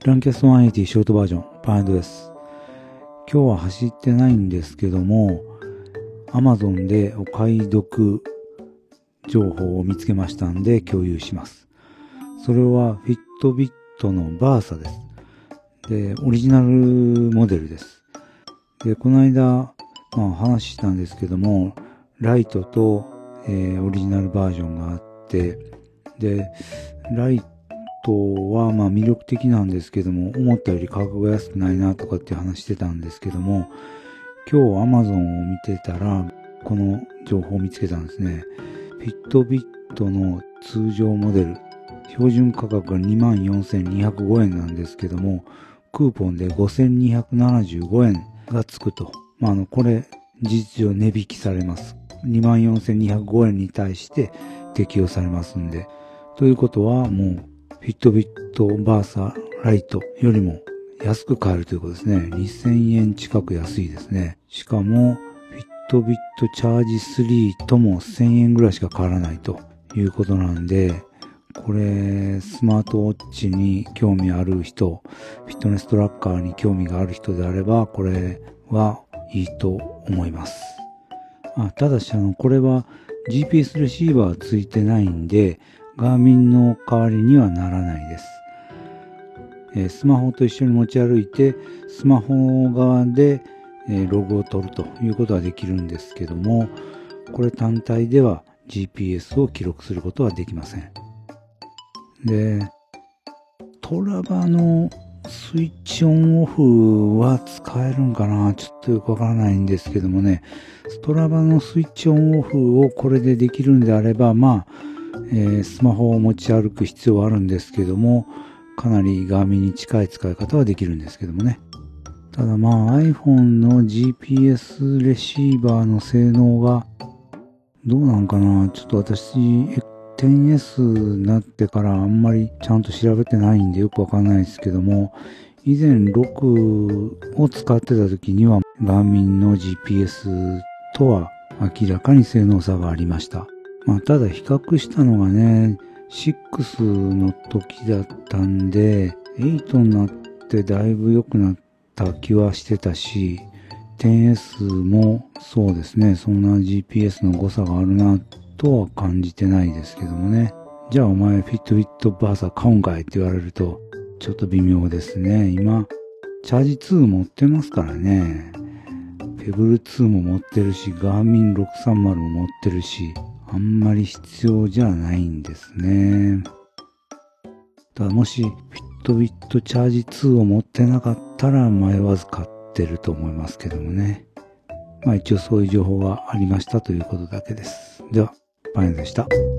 ランキャスト180ショートバージョン、パンドです。今日は走ってないんですけども、Amazon でお買い得情報を見つけましたんで共有します。それはフィットビットのバーサです。で、オリジナルモデルです。で、この間、話したんですけども、ライトと、オリジナルバージョンがあって、で、ライトは魅力的なんですけども、思ったより価格が安くないなとかって話してたんですけども、今日 Amazon を見てたらこの情報を見つけたんですね。フィットビットの通常モデル、標準価格が 24,205 円なんですけども、クーポンで 5,275 円がつくと。これ事実上値引きされます。24,205 円に対して適用されますんで。ということはもうフィットビットバーサライトよりも安く買えるということですね。2000円近く安いですね。しかもフィットビットチャージ3とも1000円ぐらいしか変わらないということなんで、これスマートウォッチに興味ある人、フィットネストラッカーに興味がある人であれば、これはいいと思います。ただしこれは GPS レシーバーついてないんで、ガーミンの代わりにはならないです。スマホと一緒に持ち歩いて、スマホ側でログを取るということはできるんですけども、これ単体では GPS を記録することはできません。で、トラバのスイッチオンオフは使えるんかな、ちょっとよくわからないんですけどもね、ストラバのスイッチオンオフをこれでできるんであれば、スマホを持ち歩く必要はあるんですけども、かなりガーミンに近い使い方はできるんですけどもね。ただiPhone の GPS レシーバーの性能がどうなんかな、ちょっと私 10S になってからあんまりちゃんと調べてないんでよくわかんないですけども、以前6を使ってた時にはガーミンの GPS とは明らかに性能差がありました。ただ比較したのがね、6の時だったんで、8になってだいぶ良くなった気はしてたし、10S もそうですね、そんな GPS の誤差があるなとは感じてないですけどもね。じゃあお前フィットビットバーサ買うんかいって言われると、ちょっと微妙ですね。今、チャージ2持ってますからね。ペブル2も持ってるし、ガーミン630も持ってるし、あんまり必要じゃないんですね。ただもしフィットビットチャージ2を持ってなかったら迷わず買ってると思いますけどもね。一応そういう情報がありましたということだけです。では、パン屋でした。